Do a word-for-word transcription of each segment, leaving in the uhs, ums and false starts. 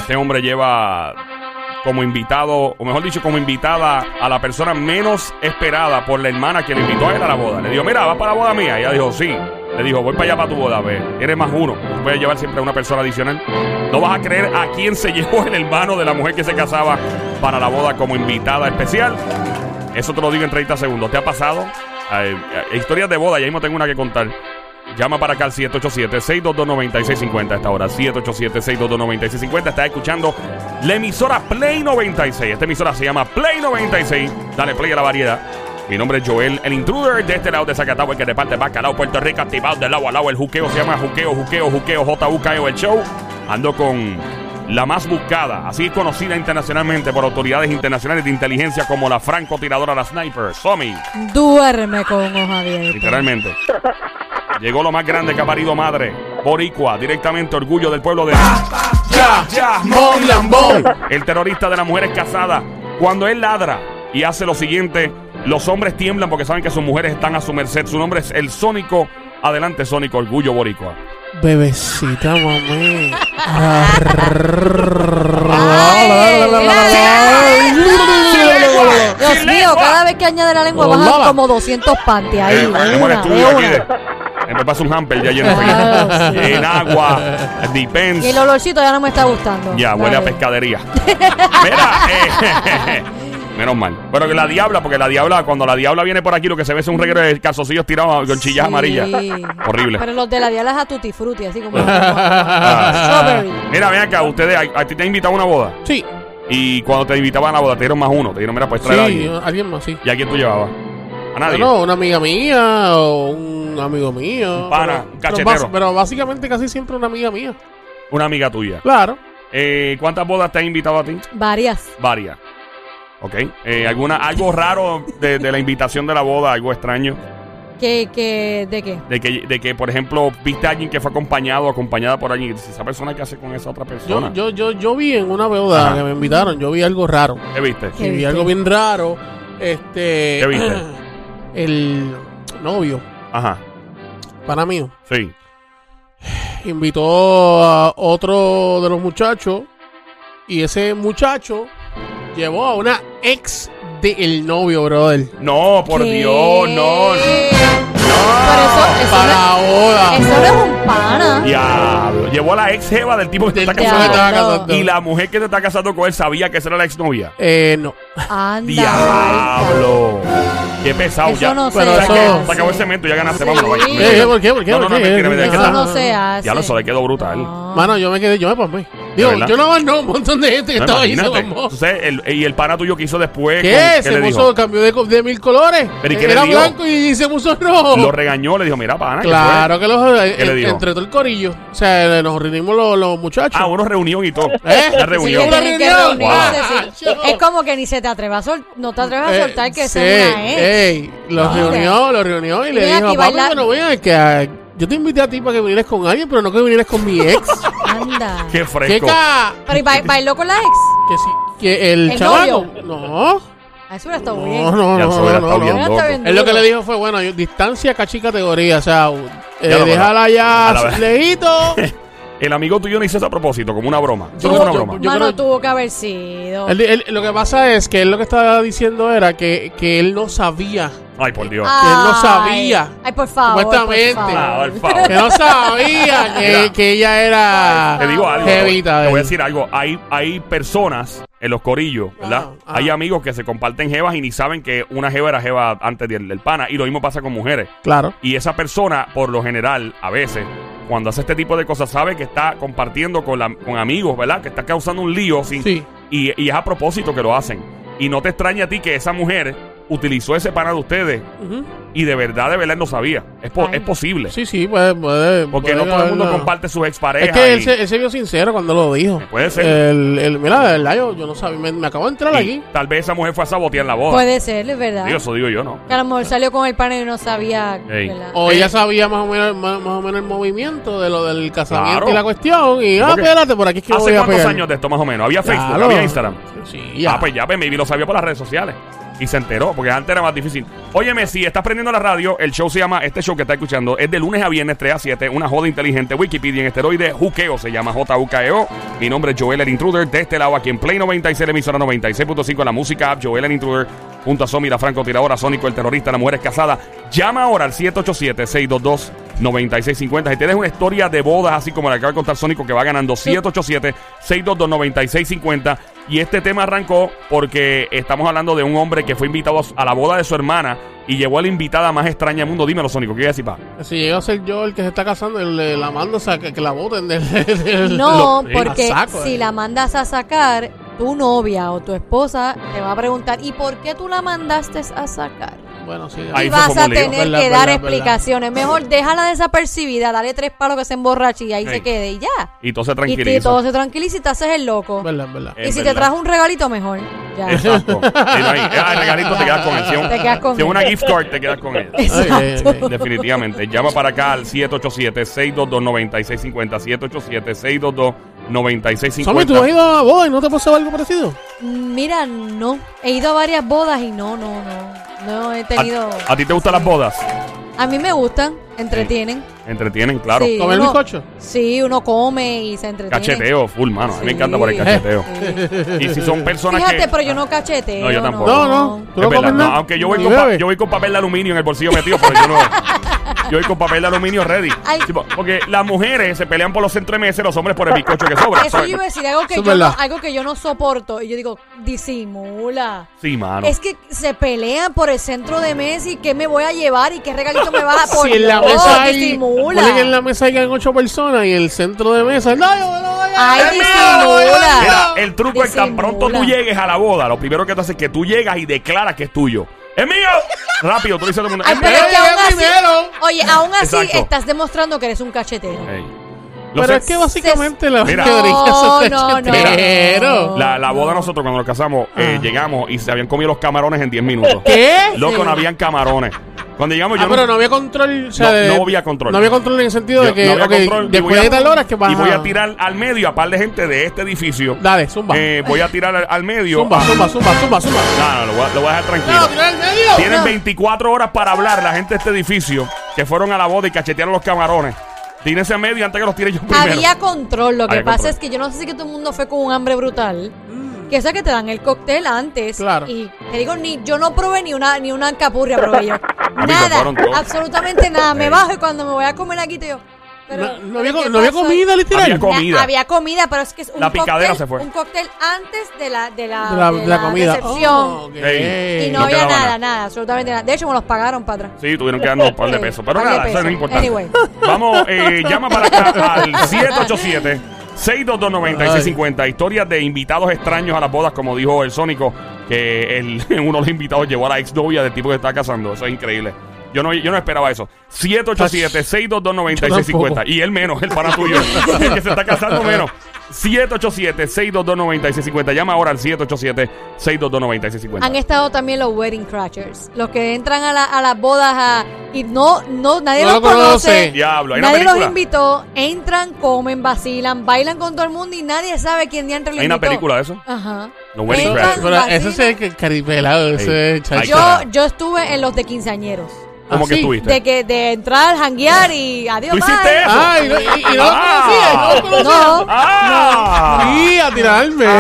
este hombre lleva como invitado, o mejor dicho, como invitada a la persona menos esperada por la hermana que le invitó a él a la boda. Le dijo, mira, ¿vas para la boda mía? Y ella dijo, sí. Le dijo, voy para allá para tu boda, ve. Eres más uno. Puedes llevar siempre a una persona adicional. No vas a creer a quién se llevó el hermano de la mujer que se casaba para la boda como invitada especial. Eso te lo digo en treinta segundos. ¿Te ha pasado? Eh, eh, historias de boda, ya mismo tengo una que contar. Llama para acá al siete ocho siete, seis dos dos, nueve seis cinco cero a esta hora. siete ocho siete, seis dos dos, nueve seis cinco cero. Estás escuchando la emisora Play noventa y seis. Esta emisora se llama Play noventa y seis. Dale play a la variedad. Mi nombre es Joel, el intruder de este lado de Zacatau, el que reparte bacalao, Puerto Rico, activado de lado a lado. El juqueo se llama juqueo, juqueo, juqueo, J U K E O, el show. Ando con la más buscada, así conocida internacionalmente por autoridades internacionales de inteligencia como la francotiradora, la sniper, Somi. Duerme con hoja abierta. Literalmente. Llegó lo más grande que ha parido madre. Boricua, directamente orgullo del pueblo de... Ya, ya, mon, lambón. El terrorista de las mujeres casadas. Cuando él ladra y hace lo siguiente, los hombres tiemblan porque saben que sus mujeres están a su merced. Su nombre es el Sónico. Adelante, Sónico, orgullo boricua. Bebecita, mami. Dios mío, cada vez que añade la lengua baja como doscientos panties ahí. Eh, de en un una, estudio de aquí una. de- me pasa un hamper ya lleno Ah, sí. en agua, depends. Y el olorcito ya no me está gustando. Ya, huele a Dale. pescadería. Mira, eh, menos mal. Pero que la diabla, porque la diabla, cuando la diabla viene por aquí, lo que se ve es un reguero de calzoncillos tirados con chillas Sí. amarillas. Horrible. Pero los de la diabla es a tutti frutti, así como Ah. strawberry. Mira, ven acá, ustedes, a, a ti te han invitado a una boda. Sí, Y cuando te invitaban a la boda, te dieron más uno. Te dieron, mira, pues traer a sí, alguien. alguien más, sí. ¿Y a quién tú llevabas? A nadie. No, una amiga mía o un amigo mío. Un pana, pero, un pero cachetero. bas- Pero básicamente casi siempre una amiga mía. Una amiga tuya. Claro. Eh, ¿Cuántas bodas te han invitado a ti? Varias. Varias. Ok. Eh, ¿alguna, algo raro de, de la invitación de la boda? ¿Algo extraño? ¿Qué, qué, ¿De qué? De que, de que, por ejemplo, viste a alguien que fue acompañado o acompañada por alguien. Esa persona, ¿qué hace con esa otra persona? Yo, yo, yo, yo vi en una boda Ajá. que me invitaron, yo vi algo raro. ¿Qué viste? ¿Qué Sí, vi viste? algo bien raro. Este. ¿Qué viste? El novio, Ajá. pana mío, Sí. invitó a otro de los muchachos. Y ese muchacho llevó a una ex del novio, brother. No, por ¿Qué? Dios, no. Pero eso, eso, Para no, la boda. eso no es un pana. Diablo. Llevó a la ex jeva del tipo que te Del está tipo que casando. estaba casando. Y la mujer que te está casando con él sabía que esa era la ex novia. Eh, no. Anda. Diablo. Qué pesado. Eso ya. no se Pero ¿Sabes eso- qué? Se acabó el cemento, ya ganaste. Sí. Vámonos, vaya. ¿Qué? ¿Por qué? ¿Por qué? No, no, ¿Por no, qué? mentira, mentira, que Eso está- no se hace. Ya lo solo le quedó brutal. No. Mano, yo me quedé, yo me pasmé. Digo, verdad? yo no, no, un montón de gente que No, estaba ahí se imagínate. pasmó. Entonces, el, y el pana tuyo que hizo después. ¿Qué? con- Se le puso, dijo? cambió de, co- de mil colores. ¿Pero y qué le Era dijo? blanco y se puso rojo. Lo regañó, le dijo, mira, pana. ¿qué Claro que los, ¿Qué le en- dijo? entre todo el corillo. O sea, nos reunimos los, los muchachos. fue? Ah, una reunión y todo. ¿Eh? Una Sí, reunión. que Una tienen que reunión. reunirse, sí. Wow. Es como que ni se te atreva a soltar, no te atreves a Eh, soltar que sí, sea una ex. ey, los No. reunió, los reunió y le Ven dijo, aquí, papi, baila- bueno, ven, que ah, yo te invité a ti para que vinieras con alguien, pero no que vinieras con mi ex. Anda. Qué ¿Qué fresco. ca? Pero ¿y ba- bailó con la ex? Que sí, que el, ¿El chamaco. novio? No. Ah, eso hubiera estado bien. No, no, Ya no, se hubiera no, estado no, bien no. Hubiera estado bien Él lo que duro. le dijo fue, bueno, yo- distancia, cachi, categoría. O sea, eh, Ya lo déjala A la ya vez. lejito. El amigo tuyo no hizo eso a propósito, como una broma. Eso Yo- no fue una yo- broma. yo- Mano, creo- tuvo que haber sido. Él- él- lo que pasa es que él lo que estaba diciendo era que, que él no sabía. Ay, por Dios. que él no Ay. sabía. Ay, por favor. Supuestamente. por favor. Ah, por favor. Que no sabía que, Mira. que ella era Te digo algo. jevita Te de voy a él. decir algo. Hay, hay personas en los corillos, ¿verdad? Ajá, ajá. Hay amigos que se comparten jevas y ni saben que una jeva era jeva antes del, del pana. Y lo mismo pasa con mujeres. Claro. Y esa persona, por lo general, a veces, cuando hace este tipo de cosas, sabe que está compartiendo con, la, con amigos, ¿verdad? Que está causando un lío. Sin, Sí. y, y es a propósito que lo hacen. Y no te extraña a ti que esa mujer utilizó ese pana de ustedes Ujú. y de verdad, de verdad él no sabía. Es, po- Ay. es posible. Sí, sí, puede. puede Porque puede no todo el mundo haberla. comparte sus exparejas. Es que él y- se, él se vio sincero cuando lo dijo. Puede ser. El, el, mira, de verdad, yo, yo no sabía. Me, me acabo de entrar y aquí. tal vez esa mujer fue a sabotear la boda. Puede ser, es verdad. Digo, eso digo yo, ¿no? Que a lo mejor salió con el panel y no sabía. Ey. ¿verdad? O Eh. ella sabía más o menos más, más o menos el movimiento de lo del casamiento Claro. y la cuestión. Y, ah, Porque espérate, por aquí es que ¿Hace voy a cuántos pegar. años de esto más o menos? ¿Había Facebook? Claro. ¿Había Instagram? Sí, ya. Ah, pues ya, pues maybe lo sabía por las redes sociales. y se enteró, porque antes era más difícil. Óyeme, si estás prendiendo la radio, el show se llama, este show que estás escuchando, es de lunes a viernes, tres a siete, una joda inteligente, Wikipedia en esteroide, Juqueo, se llama J U K E O. Mi nombre es Joel el Intruder, de este lado aquí en Play noventa y seis, emisora noventa y seis punto cinco, la música app, Joel el Intruder, junto a Somi, la francotiradora, Sónico, el terrorista, la mujer es casada. Llama ahora al siete ocho siete, seis dos dos, nueve seis cinco cero. Si tienes una historia de bodas así como la que acaba de contar Sónico, que va ganando, siete ocho siete, seis dos dos, nueve seis cinco cero. Y este tema arrancó porque estamos hablando de un hombre que fue invitado a la boda de su hermana y llevó a la invitada más extraña del mundo. Dímelo, Sónico, ¿qué iba a decir, pa? Si llega a ser yo el que se está casando, el, la mando, o sea, que, que la voten del, del No, lo, porque saco, si eh. la mandas a sacar, tu novia o tu esposa te va a preguntar, ¿y por qué tú la mandaste a sacar? Bueno, sí. Ahí Y vas fue a como lío. tener Verdad, que dar verdad, explicaciones. Mejor déjala desapercibida, dale tres palos que se emborrache y ahí Sí. se quede y ya. Y todo se Y tranquiliza. te- todo se tranquiliza y te haces el loco. Verdad, verdad. Es y si verdad. te trajo un regalito, mejor. Ya. Exacto. Sí, no, ahí, ah, el regalito te quedas con él. Si es un- Te quedas con si es él. una gift card, te quedas con él. Exacto. Ay, ay, ay. Definitivamente. Llama para acá al siete ocho siete, seis dos dos, nueve seis cinco cero. siete ocho siete, seis dos dos, nueve seis cinco Somi, ¿tú cero. has ido a boda y no te pasó algo parecido? Mira, no. He ido a varias bodas y no, no, no. No he tenido. ¿A, a ti te gustan las bodas? A mí me gustan, entretienen. Entretienen, claro. Sí, ¿Comer uno- bizcocho? Sí, uno come y se entretiene. Cacheteo, full, mano. A mí me Sí. encanta por el cacheteo. Sí. Y si son personas Fíjate, que... pero yo no cacheteo. No, yo tampoco. No, no. ¿Tú Es no verdad, comes no, nada? aunque yo voy, Ni con pa- bebes. yo voy con papel de aluminio en el bolsillo metido, pero yo no... Yo voy con papel de aluminio ready. Ay. Sí, porque las mujeres se pelean por los centros de mesa y los hombres por el bizcocho que sobra. Eso ¿sabes? yo iba a decir, algo que, Eso yo es no, verdad. algo que yo no soporto. Y yo digo, disimula. Sí, mano. Es que se pelean por el centro de mesa y qué me voy a llevar y qué regalito me vas a Si en la Dios, mesa hay, disimula. ponen en la mesa hay ocho personas y el centro de mesa, no, yo no voy a- Ay, ¡Es mío, disimula. Mira, el truco es tan Disimula. pronto tú llegues a la boda, lo primero que tú haces es que tú llegas y declaras que es tuyo. ¡Es mío! Rápido, tú le dices a todo el mundo. Ay, ¡Es pero mío! es que aún así, primero. oye, aún así Exacto. estás demostrando que eres un cachetero. Ey. Lo Pero sé- es que básicamente la Mira. que debería No, ser no, no. cachetero. La, la boda nosotros cuando nos casamos eh, Ah. llegamos y se habían comido los camarones en diez minutos. ¿Qué? Loco, Sí. no habían camarones. Cuando llegamos yo Ah, pero no había control. O sea, No, de- no había control. No había control en el sentido yo- de que, no había ok, control, y después voy a- de tal hora es que vas Y voy a tirar al medio a par de gente de este edificio. Dale, zumba. Eh, voy a tirar al, al medio. zumba, a- zumba, zumba, zumba, zumba. No, no, lo voy a, lo voy a dejar tranquilo. No, tira el medio. Tienen No. veinticuatro horas para hablar la gente de este edificio que fueron a la boda y cachetearon los camarones. Tírense a medio antes que los tire yo primero. Había control, lo que Había pasa control. es que yo no sé si que todo el mundo fue con un hambre brutal. Que eso es que te dan el cóctel antes. Claro. Y te digo, ni yo no probé ni una ni una alcapurria, probé yo. se Nada, fueron todos. absolutamente nada. Me Ey. bajo y cuando me voy a comer aquí te digo. Pero, No, no pero había, ¿qué no había pasó? comida, literal. Había Na- comida. había comida, pero es que es un La picadera cóctel, se fue. un cóctel antes de la de la, de la, de de la comida. recepción. Oh, ok. Ey. Y no, No había quedaba nada, nada. nada, absolutamente nada. De hecho, me los pagaron para atrás. Sí, tuvieron que darnos un par de Sí, pesos. Pero par de nada, eso no es pesos. importante. Anyway. Vamos, eh, llama para acá al siete ocho siete, seis dos dos, nueve seis cinco cero. Historias de invitados extraños a las bodas, como dijo el Sónico, que el, uno de los invitados llevó a la exnovia del tipo que está casando. Eso es increíble. Yo no, yo no esperaba eso. siete ocho siete, seis dos dos, nueve seis cinco cero. Y él menos, el pana tuyo. El que se está casando menos. siete ocho siete, seis dos dos, nueve seis cinco cero. Llama ahora al siete ocho siete, seis dos dos, nueve seis cinco cero. Han estado también los wedding crashers, los que entran a, la- a las bodas a- y no, no, nadie No los lo conoce. conoce. Diablo, ¿hay una Nadie los película? invitó, entran, comen, vacilan, bailan con todo el mundo y nadie sabe quién diantre lo ¿Hay una invitó. película de eso? Ajá. Los wedding Entran, crashers. Pero ese vacilan. es el caripelado, ese Ey. chacho. Ay, Yo, carajo. yo estuve en los de quinceañeros. ¿Cómo ¿Ah, que sí? estuviste? De que de entrar, janguear y adiós. ¿Tú hiciste bye. eso? Ay, no, y, y no lo Ah. conocía, no lo conocía. No. ¡Ah! Sí, a tirar al medio.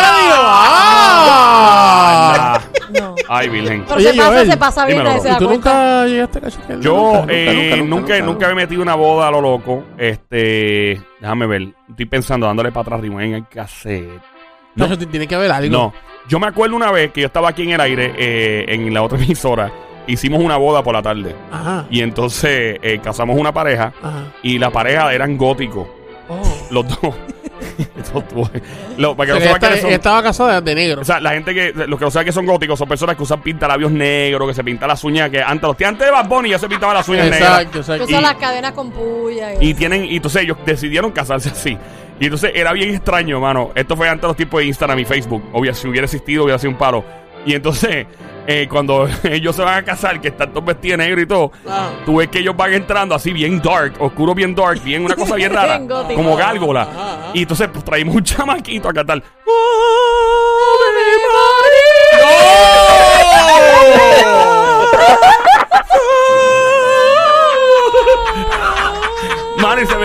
Ah. ¡Ah! No. Ay, Virgen. Pero Oye, se pasa, Joel, se pasa bien, dímelo, nadie se ¿Y da tú cuenta. nunca llegaste a cachetear? Yo Nunca, eh, nunca, nunca, nunca, me he metido en una boda a lo loco. Este, déjame ver. Estoy pensando, dándole para atrás, en el cassette. No, no tiene que haber algo. No. Yo me acuerdo una vez que yo estaba aquí en el aire, eh, en la otra emisora. Hicimos una boda por la tarde. Ajá, Y entonces eh, casamos una pareja. ajá. Y la pareja eran góticos. Oh. Los dos. Esos dos. Lo- para que O no sea, sepan que quiénes esta- son. estaba casada de negro. O sea, la gente que, los que no saben que son góticos son personas que usan pintalabios negros, que se pintan las uñas, que antes, los antes de Bad Bunny ya se pintaban las uñas negras. Exacto, exacto. Que son las cadenas con puya. Y tienen, y entonces ellos decidieron casarse así. Y entonces era bien extraño, mano. Esto fue antes de los tiempos de Instagram y Facebook. Obvio, si hubiera existido, hubiera sido un paro. Y entonces, eh, cuando ellos se van a casar, que están todos vestidos de negro y todo, Ah. tú ves que ellos van entrando así bien dark, oscuro bien dark, bien una cosa bien rara, Bien gótico. como gárgola. Ajá, ajá. Y entonces pues, traímos un chamaquito a cantar. ¡Oh!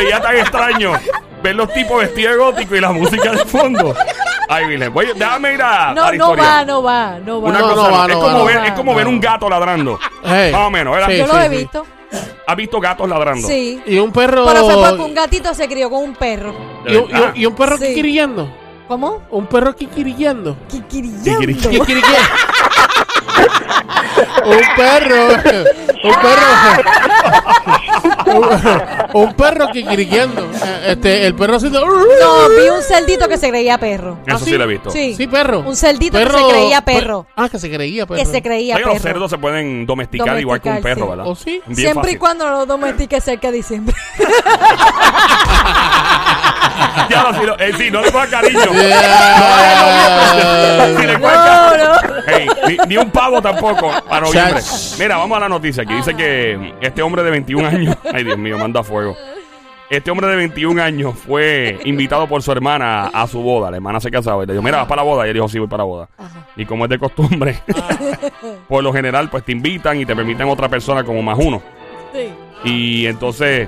veía tan extraño ver los tipos vestidos de gótico y la música de fondo. Ay, Virgen. Voy, déjame ir a, No, a la no historia. va, no va, no va. Una No, cosa, no va, es, no como va, ver, no es va. como ver un gato ladrando. Hey. Más o menos, ¿verdad? Sí, Yo sí, lo he sí. visto. ¿Has visto gatos ladrando? Sí. Y un perro. Pero fue porque un gatito se crió con un perro. ¿De Y un, y un- verdad? y un perro Sí. kikirillando. ¿Cómo? Un perro kikirillando. Kikirillando. Kikiri- Kikirillando. Un perro. Un perro. un, un perro kikirillando. Eh, Este, el perro haciendo. No, vi un cerdito que se creía perro. Eso ¿Ah, sí sí? lo he visto. Sí. Sí, perro. Un cerdito que Perro- se creía perro. Ah, que se creía perro. Que se creía Oye, perro. los cerdos se pueden domesticar, igual que un Domesticar, perro, sí. ¿verdad? ¿Oh, sí? Bien Siempre fácil. y cuando no lo domestique cerca de diciembre. Ya lo, si lo- eh, sí, no le coja cariño. Yeah. Si le coge No, cariño. no. Ey, ni, ni un pavo tampoco para noviembre. Chach. Mira, vamos a la noticia aquí. Dice que este hombre de veintiún años, ay Dios mío, manda fuego. Este hombre de veintiún años fue invitado por su hermana a su boda. La hermana se casaba y le dijo, mira, vas para la boda. Y él dijo, sí, voy para la boda. Ajá. Y como es de costumbre, por lo general, pues te invitan y te permiten otra persona como más uno. Sí. Y entonces...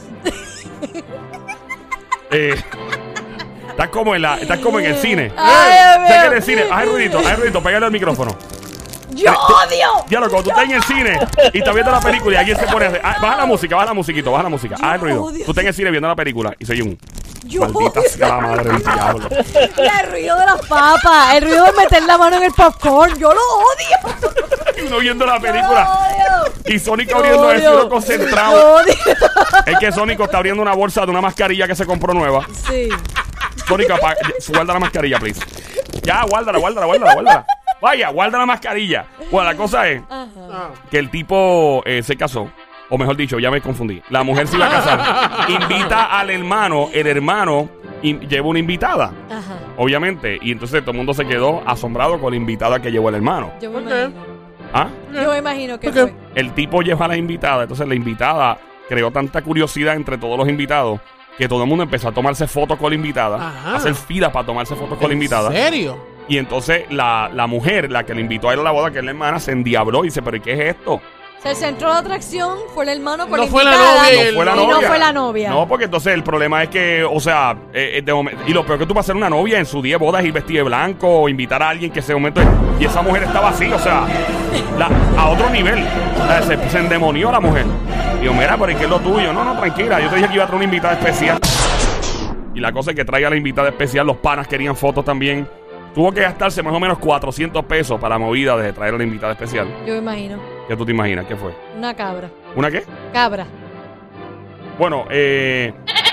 eh, estás como en la, estás como en el cine. Ay, ¿Sabes Dios que en el cine? Haz el ruidito, haz el ruidito, pégale al micrófono. ¡Yo odio! Ya lo, cuando tú estás en el cine y estás viendo la película y alguien se pone a hacer, ah, baja la música, baja la musiquito, baja la música, haz el ruido. odio. Tú estás en el cine viendo la película y soy un Yo maldita odio. sea la madre del diablo. El ruido de las papas, el ruido de meter la mano en el popcorn. Yo lo odio. Y uno viendo la Yo película lo odio. y Sónico Yo abriendo eso y odio. uno concentrado. Yo odio. Es que Sónico está abriendo una bolsa de una mascarilla que se compró nueva. Sí. Sónico, apaga- guarda la mascarilla, please. Ya, guárdala, guárdala, guárdala, guárdala. Vaya, guarda la mascarilla. Bueno, la cosa es Ajá. Ah. que el tipo eh, se casó. O mejor dicho, ya me confundí. La mujer se iba a casar. Invita al hermano. El hermano in- lleva una invitada, Ajá. obviamente. Y entonces todo el mundo se quedó asombrado con la invitada que llevó el hermano. Yo me ¿Por qué? imagino. ¿Ah? Yo me imagino que ¿Por qué? fue. El tipo lleva a la invitada. Entonces la invitada creó tanta curiosidad entre todos los invitados que todo el mundo empezó a tomarse fotos con la invitada. Ajá. A hacer filas para tomarse fotos con la invitada. ¿En serio? Y entonces la, la mujer, la que le invitó a ir a la boda, que es la hermana, se endiabló y dice, ¿pero qué es esto? O sea, el centro de atracción fue el hermano con No la fue la invitada. novia y No el fue la y novia. no fue la novia. No, porque entonces el problema es que, o sea, eh, eh, de momen- y lo peor que tú vas a ser una novia en su día de bodas ir vestida de blanco o invitar a alguien que ese momento y esa mujer estaba así, o sea, la- a otro nivel. O sea, se, se endemonió la mujer. Y yo, mira, pero ¿y qué es lo tuyo? No, no, tranquila, yo te dije que iba a traer una invitada especial. Y la cosa es que traiga a la invitada especial, los panas querían fotos también. Tuvo que gastarse más o menos cuatrocientos pesos para la movida de traer a la invitada especial. Yo me imagino. ¿Qué tú te imaginas? ¿Qué fue? Una cabra. ¿Una qué? Cabra. Bueno, eh...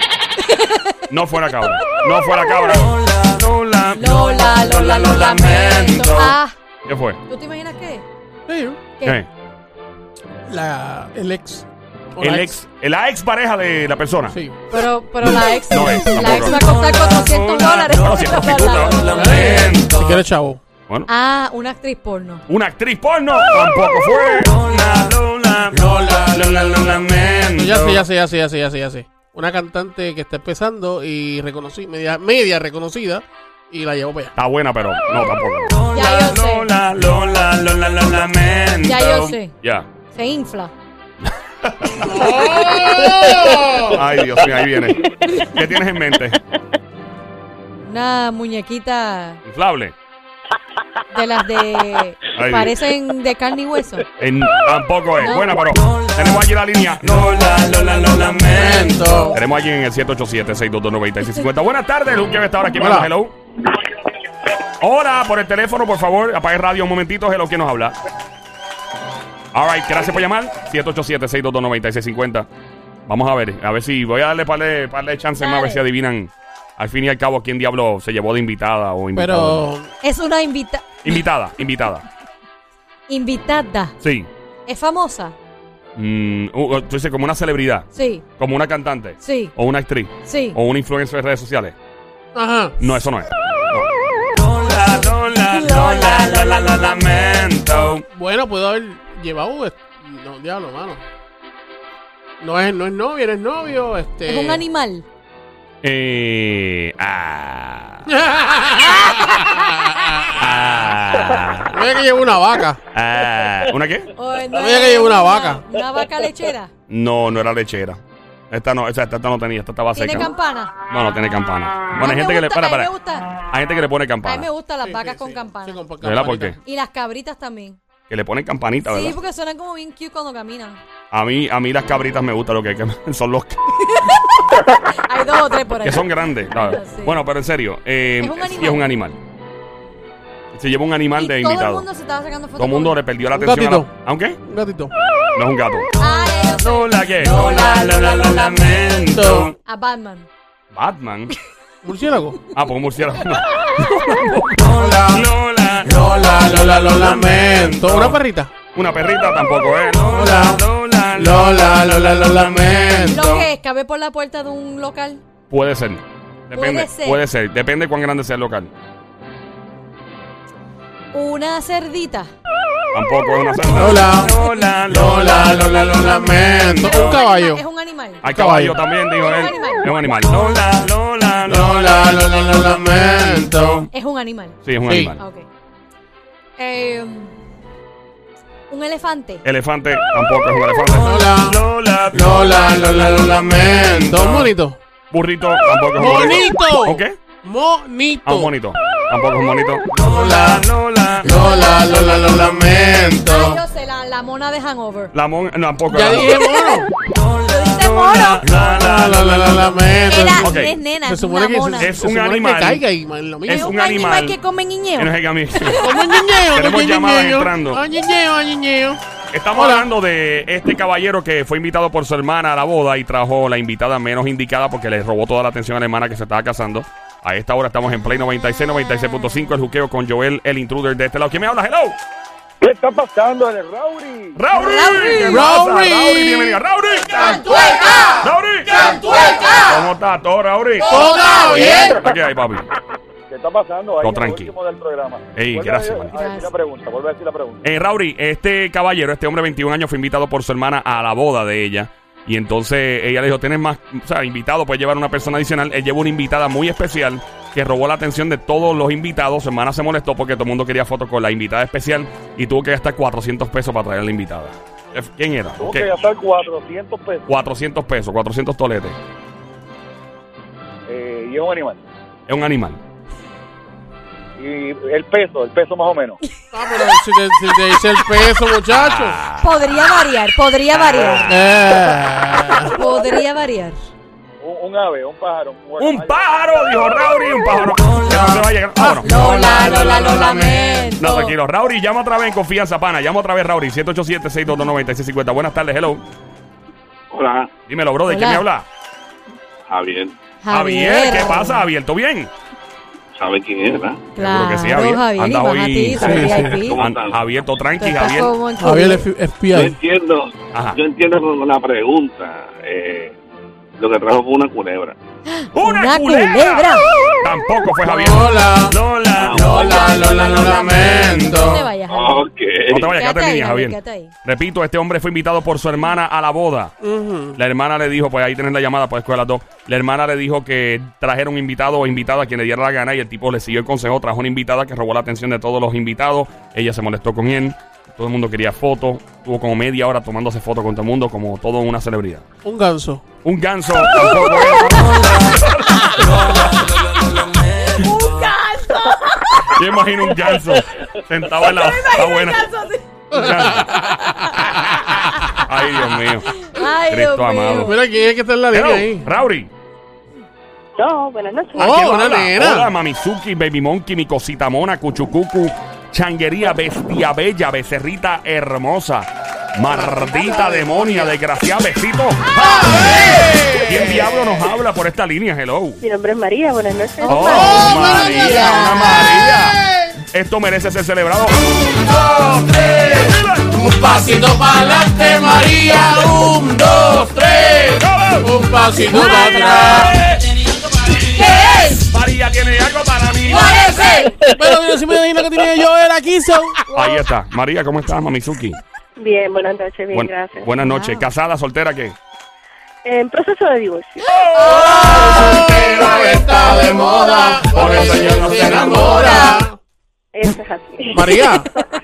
no fue la cabra. No fue la cabra. Lola, Lola, Lola, lo lamento. Ah, ¿Qué fue? ¿tú te imaginas qué? Sí. ¿Qué? ¿Qué? La, el ex. O El la ex, la ex pareja de la persona. Sí. Pero, pero la ex. No es, la tampoco. ex va a costar cuatrocientos dólares. No, si es prostituta. Si quieres, chavo. Bueno, Ah, una actriz porno. una actriz porno tampoco fue. Lola, Lola, Lola, Lola, lo lamento. Ya sé, ya sé, ya sé, ya sé, ya sé, ya sé. Una cantante que está empezando y reconocí, media, media reconocida y la llevó para allá. Está buena, pero no, tampoco. Ya yo sé. Lola, Lola, Lola, lo lamento. Ya yo sé. Ya. Se infla. Ay, Dios mío, ahí viene. ¿Qué tienes en mente? Una muñequita Inflable. de las de. Ay. parecen de carne y hueso. En- tampoco es. No. Buena, pero tenemos aquí la línea. Lola, Lola, lo lamento. Tenemos aquí en el siete ocho siete, seis dos dos, nueve seis cinco cero. Buenas tardes, Luke, que está ahora aquí. Hola. Manda, hello. Hola, por el teléfono, por favor. Apague radio un momentito. Hello, ¿quién nos habla? All right, gracias por llamar. siete ocho siete, seis dos dos, nueve seis cinco cero. Vamos a ver, a ver si voy a darle par de, par de chances más, a ver Dale. si adivinan al fin y al cabo quién diablo se llevó de invitada o invitado. Pero Es una invita Invitada, invitada. invitada. Sí. ¿Es famosa? Mm, uh, uh, tú dices como una celebridad, Sí, como una cantante, sí, o una actriz, sí. o una influencer de redes sociales. ajá. No, eso no es. No. Lola, Lola, Lola, Lola, lo lamento. Bueno, puedo haber llevado. est- No, diablo, mano. No es, no es novio, no es novio. Este. Es un animal. Eh, ah, ah, No es que llevo una vaca. ah. ¿Una qué? O no Sabía es que lleva una vaca. Una vaca lechera. No, no era lechera. Esta no, esta, esta no tenía, esta estaba seca. ¿Tiene campana? No, no tiene campana. Bueno, A hay mí gente me que le. gusta, Para, a mí para. me gusta. Hay gente que le pone A mí campana. me gustan las Sí, vacas sí, con sí. campana. Sí, con ¿De verdad por qué? Y las cabritas también. Que le ponen campanita, ¿verdad? Sí, porque suenan como bien cute cuando caminan. A mí, a mí las cabritas me gustan, lo que, que son los que, Hay dos o tres por ahí. que son grandes. claro. Sí. Bueno, pero en serio, eh, ¿Es un sí animal? es un animal. Se lleva un animal Y de todo invitado. el mundo se estaba sacando fotos. Todo el mundo con- le perdió la Un atención. a la- gatito. ¿Aunque? Un gatito. No es un gato. Ah, ya yo sé. Lola, ¿qué? Lola, Lola, lo lamento. A Batman. Batman. Murciélago. Ah, pues un murciélago. No. Lola. Lola. Lola, Lola, lo lamento. Una perrita. Una perrita tampoco, ¿eh? Lola, Lola, Lola, Lola, lo ¿Lo lamento. que es? ¿Cabe por la puerta de un local? Puede ser. Depende. Puede ser. Puede ser. Depende cuán grande sea el local. Una cerdita. Tampoco es una cerda. Lola. Lola, Lola, Lola, lo lamento. Un caballo. Es un animal. Hay caballo también, dijo él. Es un animal. Es un animal. Lola, Lola, Lola, Lola, lo lamento. Es un animal. Sí, es un Sí. animal. Ah, ok. Eh, un elefante. Elefante tampoco es un elefante. Lola. Lola, Lola, Lola, lo lamento. Un monito. Burrito tampoco es un ¡Monito! ¿O qué? Monito. Ah, un monito. Tampoco es un monito. Lola. Lola. Lola, Lola, lo Ah, lamento. yo sé, la, la mona de Hangover. La mon... No, tampoco. Ya la mon- dije mono. ¿Viste mono? Lola, Lola, lo lamento. Era, Ok. no es nena, Se es supone una que mona. se, Es se un supone animal. que caiga y es lo mismo. Es Es un un animal. animal que come guiñeo. Que no es que a mí. Como ñiñeo, Tenemos como llamadas ñiñeo. entrando. Ah, ñiñeo, ah, ñiñeo. Estamos Hola. hablando de este caballero que fue invitado por su hermana a la boda y trajo la invitada menos indicada porque le robó toda la atención a la hermana que se estaba casando. A esta hora estamos en Play noventa y seis, noventa y seis punto cinco, el juqueo con Joel, el intruder de este lado. ¿Quién me habla? ¡Hello! ¿Qué está pasando en el Rowdy? ¡Rauri! Rauri. ¿Qué pasa? Rauri. ¡Rauri, bienvenida! ¡Rauri! ¡Cantueca! ¡Rauri! ¡Cantueca! ¿Cómo está todo, Rauri? Todo bien. ¿Qué hay, papi? ¿Qué está pasando ahí Todo en tranquilo. el último del programa? Ey, Vuelve gracias, a, manito. a decir la pregunta, vuelve a decir la pregunta. Eh, Rauri, este caballero, este hombre de veintiún años fue invitado por su hermana a la boda de ella. Y entonces ella le dijo, tienes más, o sea, invitado, puedes llevar una persona adicional. Él llevó una invitada muy especial que robó la atención de todos los invitados. Su hermana se molestó porque todo el mundo quería fotos con la invitada especial y tuvo que gastar cuatrocientos pesos para traer a la invitada. ¿Quién era? Tuvo ¿Qué? que gastar cuatrocientos pesos. cuatrocientos pesos, cuatrocientos toletes. Eh, y es un animal. Es un animal. Y el peso, el peso más o menos. Ah, pero si te, si te dice el peso, muchacho. Podría variar, podría variar. Eh. Podría variar. Un, un ave, un pájaro. Un, ¡Un pájaro! Dijo Rauri, un pájaro. Que no se va a llegar. Vámonos. Lola, Lola, lo lamento. No, tranquilo. Rauri, llama otra vez en confianza, pana. Llama otra vez, Rauri. siete ocho siete, seis dos dos, nueve seis cinco cero. Buenas tardes, hello. Hola, Dímelo, bro. ¿De quién Hola. me habla? Javier. Javier. ¿Qué pasa, Javier? ¿Todo bien? ¿Sabe quién es, verdad? Claro, Seguro que sí, Javier. Javier, Anda y más hoy- a ti, tú eres Sí, V I P. ¿Cómo An- están? Javier, todo Tú tranqui, estás Javier. como en Javier COVID. F- Yo F B I. entiendo, Ajá. yo entiendo con la pregunta. Eh, lo que trajo fue una culebra. Una culebra. Tampoco fue Javier. Lola. Lola. Lola, Lola, lo No te mayento. vayas, Javier. Ok. No te vayas, quédate en ahí, línea, Javier. quédate ahí. Repito, este hombre fue invitado por su hermana a la boda. Ujú. La hermana le dijo, pues ahí tienes la llamada, puedes coger las dos. La hermana le dijo que trajera un invitado o invitada a quien le diera la gana y el tipo le siguió el consejo, trajo una invitada que robó la atención de todos los invitados. Ella se molestó con él, todo el mundo quería fotos, tuvo como media hora tomándose fotos con todo el mundo como todo una celebridad. Un ganso. Un ganso tampoco es. ¡Un ganso! Yo imagino un ganso sentado en la... Está buena. Un ganso. Ay, Dios mío. Ay, Cristo Dios mío. amado. Mira quién es que está en la línea Hello, ahí. Rauri. No, buenas noches. ¿A Oh, quién una habla? nena. Hola, Mamizuki, Baby Monkey, mi cosita mona, Cuchucucu, Changuería, Bestia Bella, Becerrita Hermosa, Mardita Demonia, desgraciada, besito. ¿Quién diablo nos habla por esta línea? Hello. Mi nombre es María, buenas noches. Oh, Oh, María, María. una María. Esto merece ser celebrado. Un, dos, tres. Un pasito para adelante, María. Un, dos, tres. Un pasito para atrás. ¿Qué es? María tiene algo para mí. ¿Cuál es él? Pero mira si me imagino que tiene yo el aquí son. Ahí está. María, ¿cómo estás, Mamizuki? Bien, buenas noches, bien, Buen- gracias. buenas noches. Wow. ¿Casada, soltera, qué? En proceso de divorcio. Pero está de moda, por eso ella no se enamora. Eso es así. María,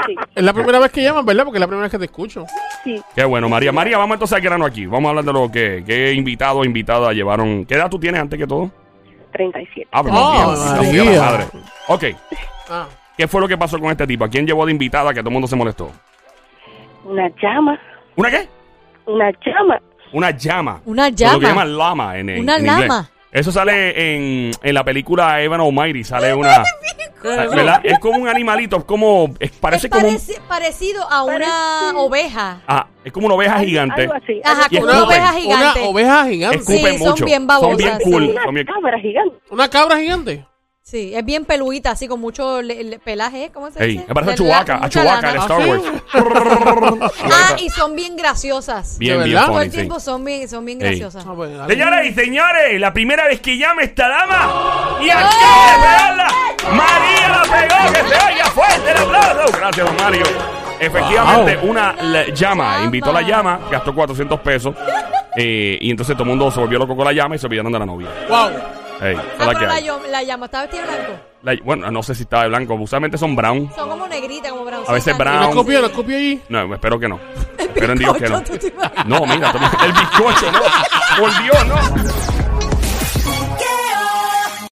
Sí, Es la primera vez que llamas, ¿verdad? Porque es la primera vez que te escucho. sí. Qué bueno, María. María, vamos entonces al grano aquí. Vamos a hablar de lo que, qué invitado o invitada llevaron. ¿Qué edad tú tienes antes que todo? treinta y siete. Ah, pero Oh, no, María. Dios, la madre. Ok. Ah. ¿Qué fue lo que pasó con este tipo? ¿A quién llevó de invitada que todo el mundo se molestó? Una llama. ¿Una qué? Una llama. Una llama. Una Lo que llaman llama. lama en, en- Una en inglés. lama. Eso sale en, en la película Evan Almighty. Sale una... ¿Verdad? Es como un animalito. Es como... Es, parece Es como un... pareci- parecido a una Parece- oveja. Ah, es como una oveja gigante. Algo así. Ajá, Y como escupen. una oveja Una gigante. oveja gigante. Escupen Sí, son mucho. bien Son bien babosas, cool. sí. Son Una bien... cabra gigante. Una cabra gigante. Sí, es bien peluita, así con mucho le- le- pelaje, ¿cómo se Ey, dice? me parece a De la- Chewbacca, a mucha Chewbacca de lana. Star ¿Ah, Wars. Ah, y son bien graciosas. Bien, ¿De bien verdad? Todo funny, el sí. tiempo son bien, son bien Ey. graciosas. Ah, pues, dale. Señoras y señores, la primera vez que llama esta dama y aquí de pegarla, María la pegó, que se oiga fuerte el aplauso. Gracias, don Mario. Efectivamente, Wow. una la- llama, Llama. invitó a la llama, gastó cuatrocientos pesos eh, y entonces todo el mundo se volvió loco con la llama y se olvidaron de la novia. Wow. Ey, esa Ah, es la que pero la, hay. yo- la llama, ¿está vestida de blanco? La- bueno, no sé si estaba de blanco, usualmente son brown. Son como negritas, como brown. A veces ¿No brown. escupió? ¿No escupió allí? No, espero que no. Espero en Dios que no. ¿tú te imaginas? No, mira, el bizcocho, no. Por Dios, no.